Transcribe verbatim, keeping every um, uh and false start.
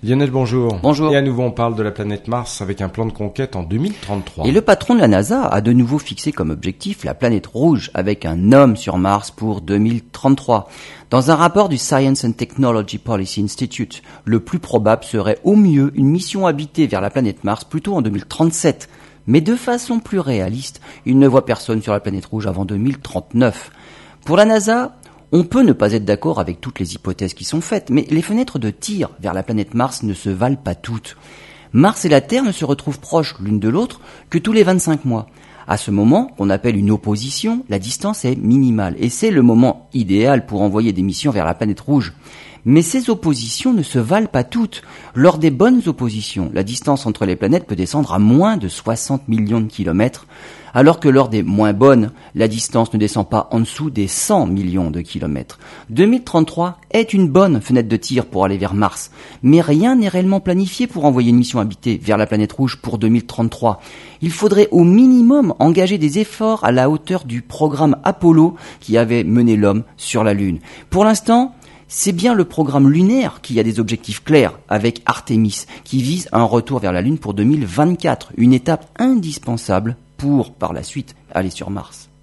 Lionel, bonjour. Bonjour. Et à nouveau, on parle de la planète Mars avec un plan de conquête en deux mille trente-trois. Et le patron de la NASA a de nouveau fixé comme objectif la planète rouge avec un homme sur Mars pour deux mille trente-trois. Dans un rapport du Science and Technology Policy Institute, le plus probable serait au mieux une mission habitée vers la planète Mars plutôt en deux mille trente-sept. Mais de façon plus réaliste, il ne voit personne sur la planète rouge avant deux mille trente-neuf. Pour la NASA, on peut ne pas être d'accord avec toutes les hypothèses qui sont faites, mais les fenêtres de tir vers la planète Mars ne se valent pas toutes. Mars et la Terre ne se retrouvent proches l'une de l'autre que tous les vingt-cinq mois. À ce moment, qu'on appelle une opposition, la distance est minimale, et c'est le moment idéal pour envoyer des missions vers la planète rouge. Mais ces oppositions ne se valent pas toutes. Lors des bonnes oppositions, la distance entre les planètes peut descendre à moins de soixante millions de kilomètres, alors que lors des moins bonnes, la distance ne descend pas en dessous des cent millions de kilomètres. deux mille trente-trois est une bonne fenêtre de tir pour aller vers Mars, mais rien n'est réellement planifié pour envoyer une mission habitée vers la planète rouge pour deux mille trente-trois. Il faudrait au minimum engager des efforts à la hauteur du programme Apollo qui avait mené l'homme sur la Lune. Pour l'instant, c'est bien le programme lunaire qui a des objectifs clairs avec Artemis, qui vise un retour vers la Lune pour deux mille vingt-quatre, une étape indispensable pour, par la suite, aller sur Mars.